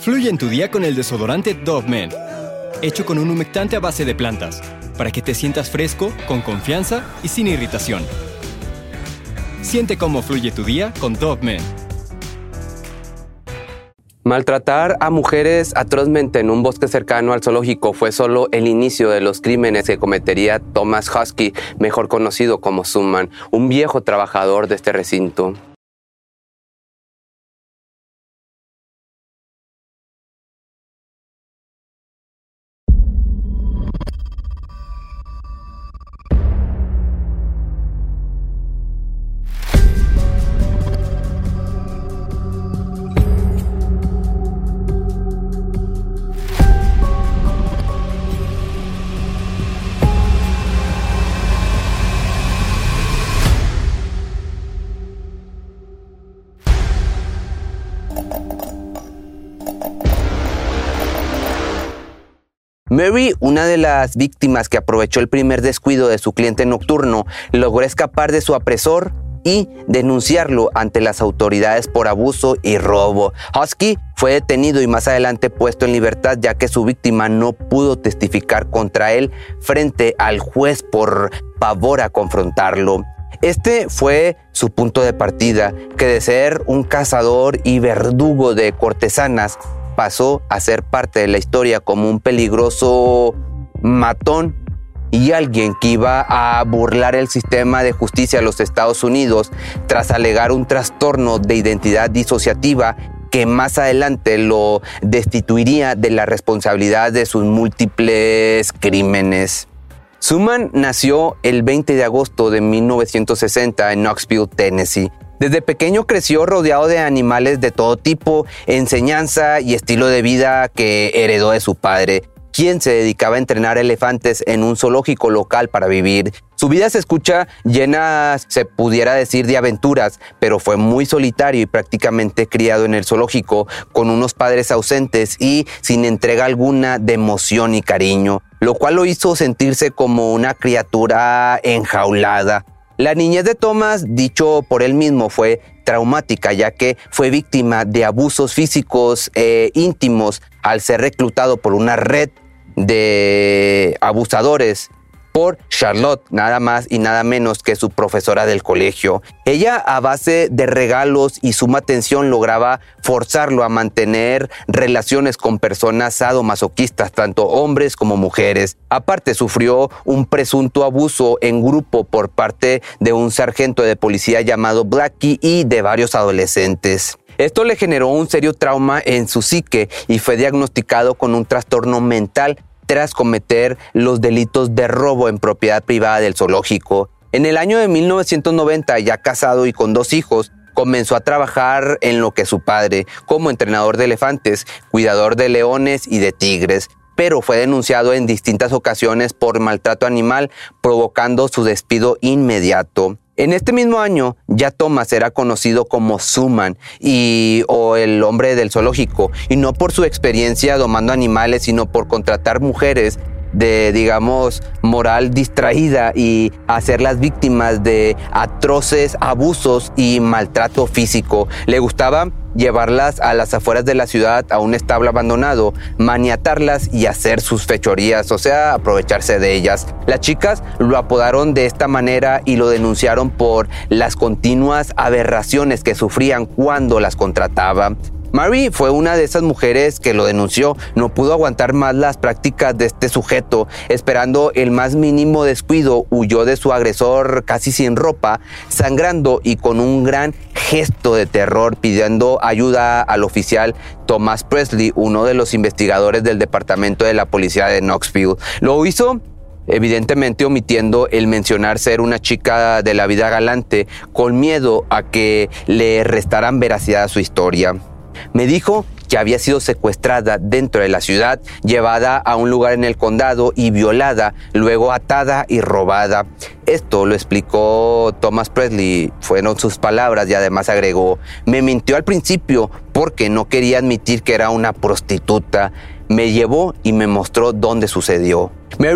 Fluye en tu día con el desodorante Dove Men, hecho con un humectante a base de plantas, para que te sientas fresco, con confianza y sin irritación. Siente cómo fluye tu día con Dove Men. Maltratar a mujeres atrozmente en un bosque cercano al zoológico fue solo el inicio de los crímenes que cometería Thomas Husky, mejor conocido como Suman, un viejo trabajador de este recinto. Mary, una de las víctimas que aprovechó el primer descuido de su cliente nocturno, logró escapar de su opresor y denunciarlo ante las autoridades por abuso y robo. Husky fue detenido y más adelante puesto en libertad, ya que su víctima no pudo testificar contra él frente al juez por pavor a confrontarlo. Este fue su punto de partida, que de ser un cazador y verdugo de cortesanas, pasó a ser parte de la historia como un peligroso matón y alguien que iba a burlar el sistema de justicia de los Estados Unidos tras alegar un trastorno de identidad disociativa que más adelante lo destituiría de la responsabilidad de sus múltiples crímenes. Suman nació el 20 de agosto de 1960 en Knoxville, Tennessee. Desde pequeño creció rodeado de animales de todo tipo, enseñanza y estilo de vida que heredó de su padre, quien se dedicaba a entrenar elefantes en un zoológico local para vivir. Su vida se escucha llena, se pudiera decir, de aventuras, pero fue muy solitario y prácticamente criado en el zoológico, con unos padres ausentes y sin entrega alguna de emoción y cariño, lo cual lo hizo sentirse como una criatura enjaulada. La niñez de Thomas, dicho por él mismo, fue traumática, ya que fue víctima de abusos físicos e íntimos al ser reclutado por una red de abusadores por Charlotte, nada más y nada menos que su profesora del colegio. Ella, a base de regalos y suma atención, lograba forzarlo a mantener relaciones con personas sadomasoquistas, tanto hombres como mujeres. Aparte, sufrió un presunto abuso en grupo por parte de un sargento de policía llamado Blackie y de varios adolescentes. Esto le generó un serio trauma en su psique y fue diagnosticado con un trastorno mental tras cometer los delitos de robo en propiedad privada del zoológico. En el año de 1990, ya casado y con 2 hijos, comenzó a trabajar en lo que su padre, como entrenador de elefantes, cuidador de leones y de tigres, pero fue denunciado en distintas ocasiones por maltrato animal, provocando su despido inmediato. En este mismo año, ya Thomas era conocido como Suman o el hombre del zoológico, y no por su experiencia domando animales, sino por contratar mujeres de, digamos, moral distraída y hacerlas víctimas de atroces abusos y maltrato físico. Le gustaba llevarlas a las afueras de la ciudad a un establo abandonado, maniatarlas y hacer sus fechorías, o sea, aprovecharse de ellas. Las chicas lo apodaron de esta manera y lo denunciaron por las continuas aberraciones que sufrían cuando las contrataba. Mary fue una de esas mujeres que lo denunció. No pudo aguantar más las prácticas de este sujeto. Esperando el más mínimo descuido, huyó de su agresor casi sin ropa, sangrando y con un gran gesto de terror, pidiendo ayuda al oficial Thomas Presley, uno de los investigadores del departamento de la policía de Knoxville. Lo hizo evidentemente omitiendo el mencionar ser una chica de la vida galante, con miedo a que le restaran veracidad a su historia. Me dijo que había sido secuestrada dentro de la ciudad, llevada a un lugar en el condado y violada, luego atada y robada. Esto lo explicó Thomas Presley, fueron sus palabras, y además agregó: me mintió al principio porque no quería admitir que era una prostituta. Me llevó y me mostró dónde sucedió. Mary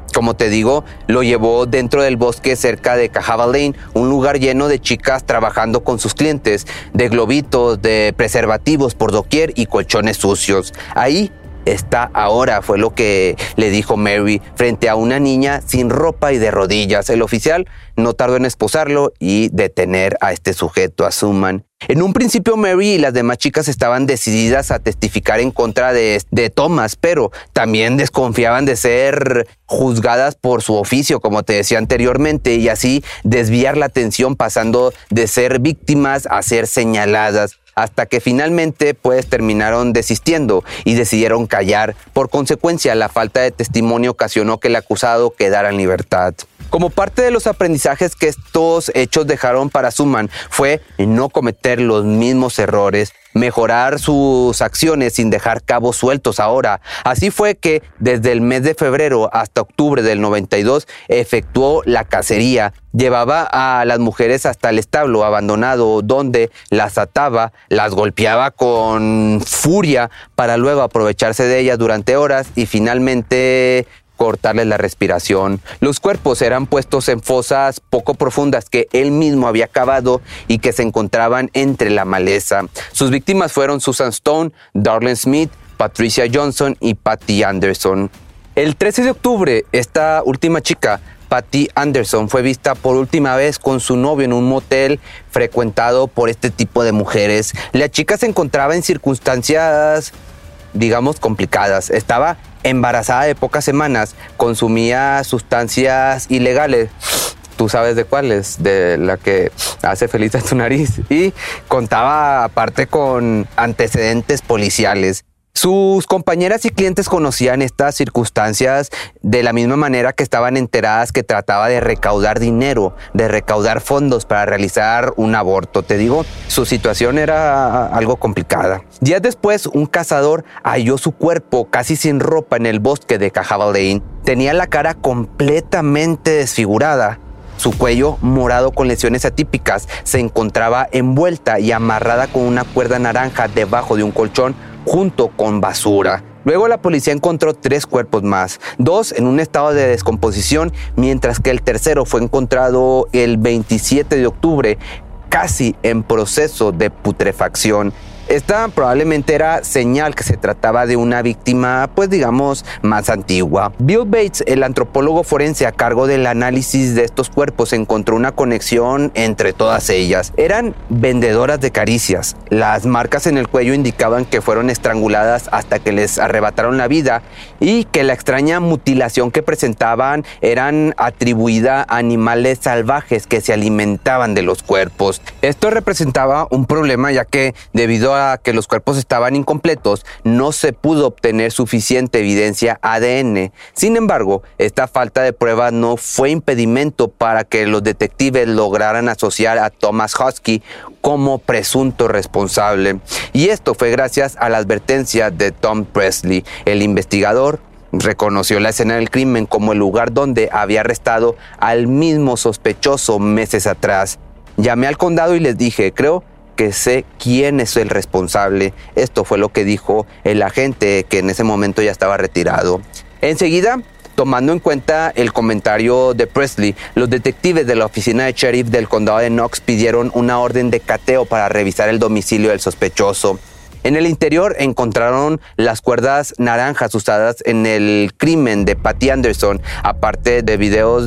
Como te digo, lo llevó dentro del bosque cerca de Cahaba Lane, un lugar lleno de chicas trabajando con sus clientes, de globitos, de preservativos por doquier y colchones sucios. Ahí está ahora, fue lo que le dijo Mary frente a una niña sin ropa y de rodillas. El oficial no tardó en esposarlo y detener a este sujeto, a Suman. En un principio Mary y las demás chicas estaban decididas a testificar en contra de Thomas, pero también desconfiaban de ser juzgadas por su oficio, como te decía anteriormente, y así desviar la atención pasando de ser víctimas a ser señaladas, hasta que finalmente pues terminaron desistiendo y decidieron callar. Por consecuencia, la falta de testimonio ocasionó que el acusado quedara en libertad. Como parte de los aprendizajes que estos hechos dejaron para Suman fue no cometer los mismos errores, mejorar sus acciones sin dejar cabos sueltos ahora. Así fue que desde el mes de febrero hasta octubre del 92 efectuó la cacería. Llevaba a las mujeres hasta el establo abandonado donde las ataba, las golpeaba con furia para luego aprovecharse de ellas durante horas y finalmente cortarles la respiración. Los cuerpos eran puestos en fosas poco profundas que él mismo había cavado y que se encontraban entre la maleza. Sus víctimas fueron Susan Stone, Darlene Smith, Patricia Johnson y Patty Anderson. El 13 de octubre, esta última chica, Patty Anderson, fue vista por última vez con su novio en un motel frecuentado por este tipo de mujeres. La chica se encontraba en circunstancias, digamos, complicadas. Estaba embarazada de pocas semanas, consumía sustancias ilegales, tú sabes de cuáles, de la que hace feliz a tu nariz, y contaba aparte con antecedentes policiales. Sus compañeras y clientes conocían estas circunstancias de la misma manera que estaban enteradas que trataba de recaudar dinero, de recaudar fondos para realizar un aborto. Te digo, su situación era algo complicada. Días después, un cazador halló su cuerpo casi sin ropa en el bosque de Cahaba Lane. Tenía la cara completamente desfigurada. Su cuello, morado con lesiones atípicas, se encontraba envuelta y amarrada con una cuerda naranja debajo de un colchón junto con basura. Luego la policía encontró 3 cuerpos más, 2 en un estado de descomposición, mientras que el tercero fue encontrado el 27 de octubre, casi en proceso de putrefacción. Esta probablemente era señal que se trataba de una víctima, pues digamos, más antigua. Bill Bates, el antropólogo forense a cargo del análisis de estos cuerpos, encontró una conexión entre todas ellas. Eran vendedoras de caricias. Las marcas en el cuello indicaban que fueron estranguladas hasta que les arrebataron la vida y que la extraña mutilación que presentaban eran atribuida a animales salvajes que se alimentaban de los cuerpos. Esto representaba un problema, ya que debido a que los cuerpos estaban incompletos, no se pudo obtener suficiente evidencia ADN. Sin embargo, esta falta de pruebas no fue impedimento para que los detectives lograran asociar a Thomas Husky como presunto responsable. Y esto fue gracias a la advertencia de Tom Presley. El investigador reconoció la escena del crimen como el lugar donde había arrestado al mismo sospechoso meses atrás. Llamé al condado y les dije, creo que sé quién es el responsable. Esto fue lo que dijo el agente, que en ese momento ya estaba retirado. Enseguida, tomando en cuenta el comentario de Presley, los detectives de la oficina de sheriff del condado de Knox pidieron una orden de cateo para revisar el domicilio del sospechoso. En el interior encontraron las cuerdas naranjas usadas en el crimen de Patty Anderson, aparte de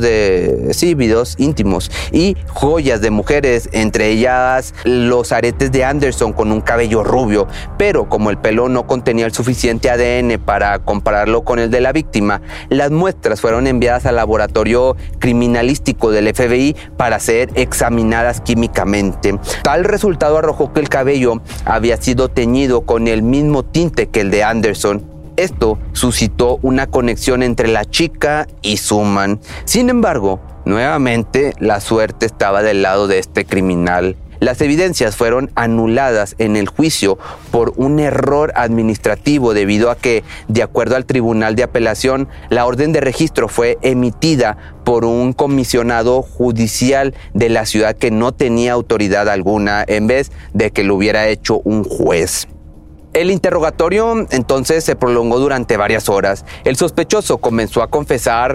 videos íntimos y joyas de mujeres, entre ellas los aretes de Anderson con un cabello rubio, pero como el pelo no contenía el suficiente ADN para compararlo con el de la víctima, las muestras fueron enviadas al laboratorio criminalístico del FBI para ser examinadas químicamente. Tal resultado arrojó que el cabello había sido teñido con el mismo tinte que el de Anderson. Esto suscitó una conexión entre la chica y Suman. Sin embargo, nuevamente la suerte estaba del lado de este criminal. Las evidencias fueron anuladas en el juicio por un error administrativo debido a que, de acuerdo al Tribunal de Apelación, la orden de registro fue emitida por un comisionado judicial de la ciudad que no tenía autoridad alguna, en vez de que lo hubiera hecho un juez. El interrogatorio entonces se prolongó durante varias horas. El sospechoso comenzó a confesar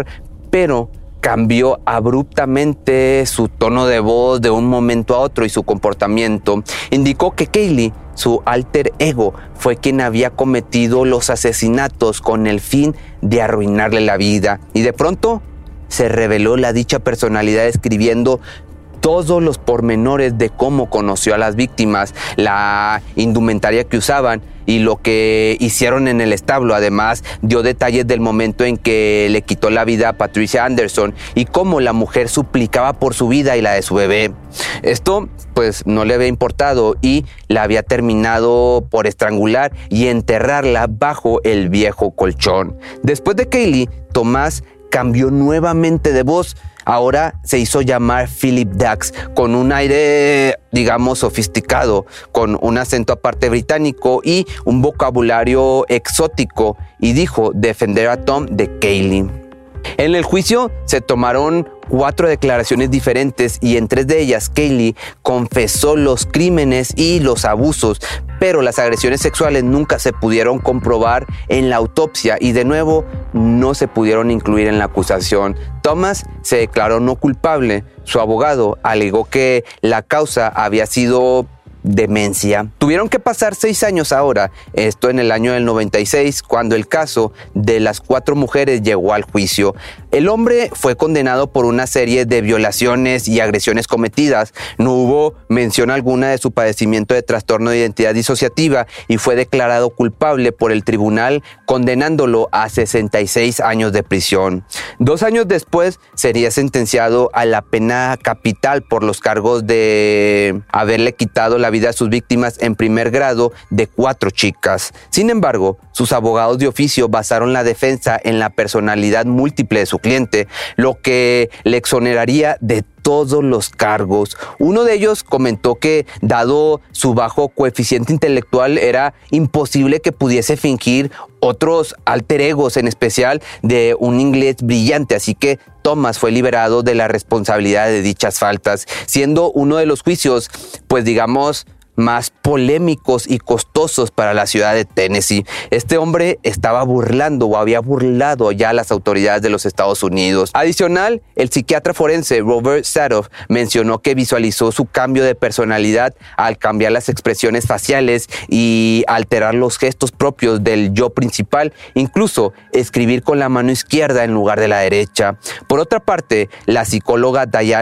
pero cambió abruptamente su tono de voz de un momento a otro y su comportamiento. Indicó que Kaylee, su alter ego, fue quien había cometido los asesinatos con el fin de arruinarle la vida. Y de pronto se reveló la dicha personalidad escribiendo todos los pormenores de cómo conoció a las víctimas, la indumentaria que usaban y lo que hicieron en el establo. Además, dio detalles del momento en que le quitó la vida a Patricia Anderson y cómo la mujer suplicaba por su vida y la de su bebé. Esto, pues, no le había importado y la había terminado por estrangular y enterrarla bajo el viejo colchón. Después de Kaylee, Thomas cambió nuevamente de voz. Ahora se hizo llamar Philip Dax, con un aire, digamos, sofisticado, con un acento aparte británico y un vocabulario exótico, y dijo defender a Tom de Kaylee. En el juicio se tomaron 4 declaraciones diferentes y en 3 de ellas Kaylee confesó los crímenes y los abusos, pero las agresiones sexuales nunca se pudieron comprobar en la autopsia y de nuevo no se pudieron incluir en la acusación. Thomas se declaró no culpable. Su abogado alegó que la causa había sido demencia. Tuvieron que pasar 6 años ahora, esto en el año del 96, cuando el caso de las 4 mujeres llegó al juicio. El hombre fue condenado por una serie de violaciones y agresiones cometidas. No hubo mención alguna de su padecimiento de trastorno de identidad disociativa y fue declarado culpable por el tribunal, condenándolo a 66 años de prisión. 2 años después sería sentenciado a la pena capital por los cargos de haberle quitado la vida a sus víctimas en primer grado de 4 chicas. Sin embargo, sus abogados de oficio basaron la defensa en la personalidad múltiple de su cliente, lo que le exoneraría de todos los cargos. Uno de ellos comentó que, dado su bajo coeficiente intelectual, era imposible que pudiese fingir otros alter egos, en especial de un inglés brillante, así que Thomas fue liberado de la responsabilidad de dichas faltas, siendo uno de los juicios, pues digamos, más polémicos y costosos para la ciudad de Tennessee. Este hombre estaba burlando o había burlado ya a las autoridades de los Estados Unidos. Adicional, el psiquiatra forense Robert Sadoff mencionó que visualizó su cambio de personalidad al cambiar las expresiones faciales y alterar los gestos propios del yo principal, incluso escribir con la mano izquierda en lugar de la derecha. Por otra parte, la psicóloga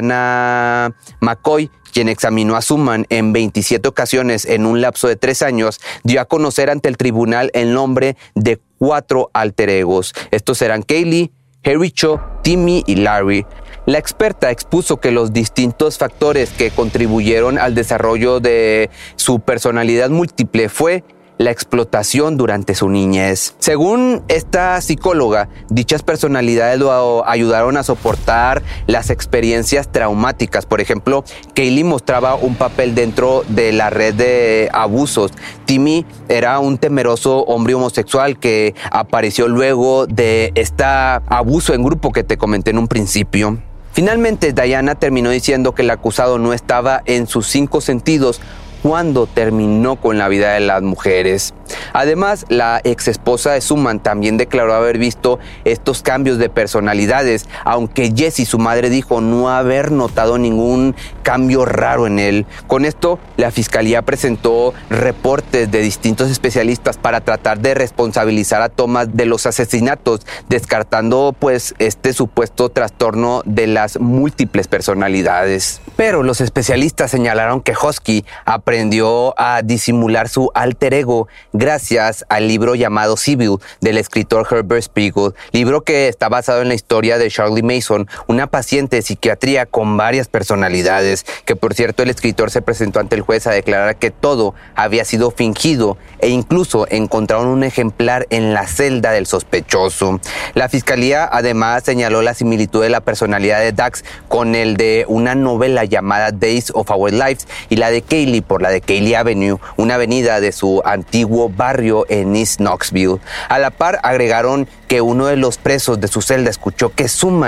Diana McCoy, quien examinó a Suman en 27 ocasiones en un lapso de 3 años, dio a conocer ante el tribunal el nombre de 4 alter egos. Estos eran Kaylee, Jericho, Timmy y Larry. La experta expuso que los distintos factores que contribuyeron al desarrollo de su personalidad múltiple fue la explotación durante su niñez. Según esta psicóloga, dichas personalidades lo ayudaron a soportar las experiencias traumáticas. Por ejemplo, Kaylee mostraba un papel dentro de la red de abusos. Timmy era un temeroso hombre homosexual que apareció luego de este abuso en grupo que te comenté en un principio. Finalmente, Diana terminó diciendo que el acusado no estaba en sus 5 sentidos cuando terminó con la vida de las mujeres. Además, la ex esposa de Suman también declaró haber visto estos cambios de personalidades, aunque Jessie, su madre, dijo no haber notado ningún cambio raro en él. Con esto, la fiscalía presentó reportes de distintos especialistas para tratar de responsabilizar a Thomas de los asesinatos, descartando pues este supuesto trastorno de las múltiples personalidades. Pero los especialistas señalaron que Hosky aprendió a disimular su alter ego gracias al libro llamado Civil del escritor Herbert Spiegel, libro que está basado en la historia de Shirley Mason, una paciente de psiquiatría con varias personalidades, que por cierto el escritor se presentó ante el juez a declarar que todo había sido fingido e incluso encontraron un ejemplar en la celda del sospechoso. La fiscalía además señaló la similitud de la personalidad de Dax con el de una novela llamada Days of Our Lives y la de Kaylee por la de Kaylee Avenue, una avenida de su antiguo barrio en East Knoxville. A la par agregaron que uno de los presos de su celda escuchó que Suman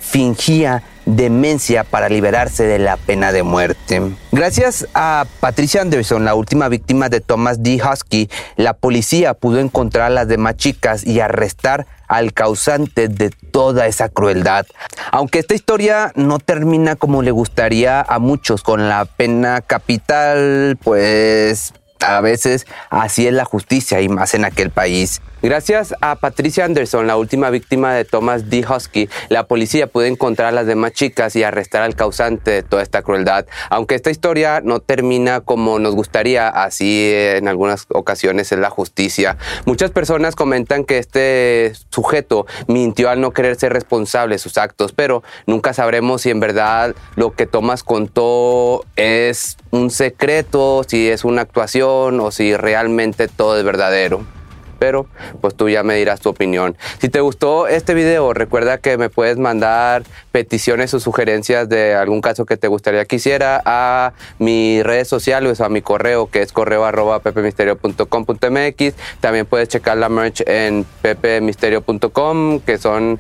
fingía demencia para liberarse de la pena de muerte. Gracias a Patricia Anderson, la última víctima de Thomas D. Husky, la policía pudo encontrar a las demás chicas y arrestar al causante de toda esa crueldad. Aunque esta historia no termina como le gustaría a muchos con la pena capital, pues a veces así es la justicia y más en aquel país. Gracias a Patricia Anderson, la última víctima de Thomas D. Husky, la policía pudo encontrar a las demás chicas y arrestar al causante de toda esta crueldad. Aunque esta historia no termina como nos gustaría, así en algunas ocasiones es la justicia. Muchas personas comentan que este sujeto mintió al no querer ser responsable de sus actos, pero nunca sabremos si en verdad lo que Thomas contó es un secreto, si es una actuación o si realmente todo es verdadero. Pero pues tú ya me dirás tu opinión. Si te gustó este video, recuerda que me puedes mandar peticiones o sugerencias de algún caso que te gustaría que hiciera a mis redes sociales o a mi correo, que es correo@pepemisterio.com.mx. También puedes checar la merch en pepemisterio.com, que son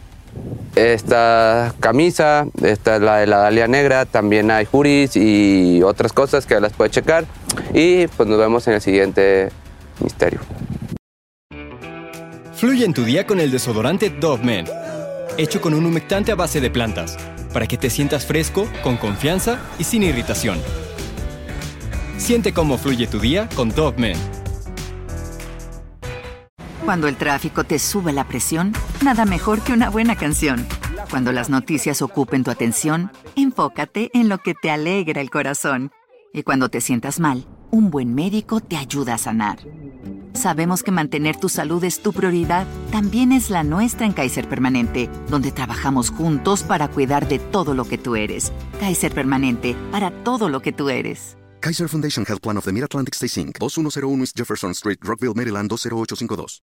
esta camisa, esta es la de la Dalia Negra, también hay hoodies y otras cosas que las puedes checar. Y pues nos vemos en el siguiente misterio. Fluye en tu día con el desodorante Dove Men, hecho con un humectante a base de plantas, para que te sientas fresco, con confianza y sin irritación. Siente cómo fluye tu día con Dove Men. Cuando el tráfico te sube la presión, nada mejor que una buena canción. Cuando las noticias ocupen tu atención, enfócate en lo que te alegra el corazón. Y cuando te sientas mal, un buen médico te ayuda a sanar. Sabemos que mantener tu salud es tu prioridad, también es la nuestra en Kaiser Permanente, donde trabajamos juntos para cuidar de todo lo que tú eres. Kaiser Permanente, para todo lo que tú eres. Kaiser Foundation Health Plan of the Mid-Atlantic Stay Inc. 2101 East Jefferson Street, Rockville, Maryland 20852.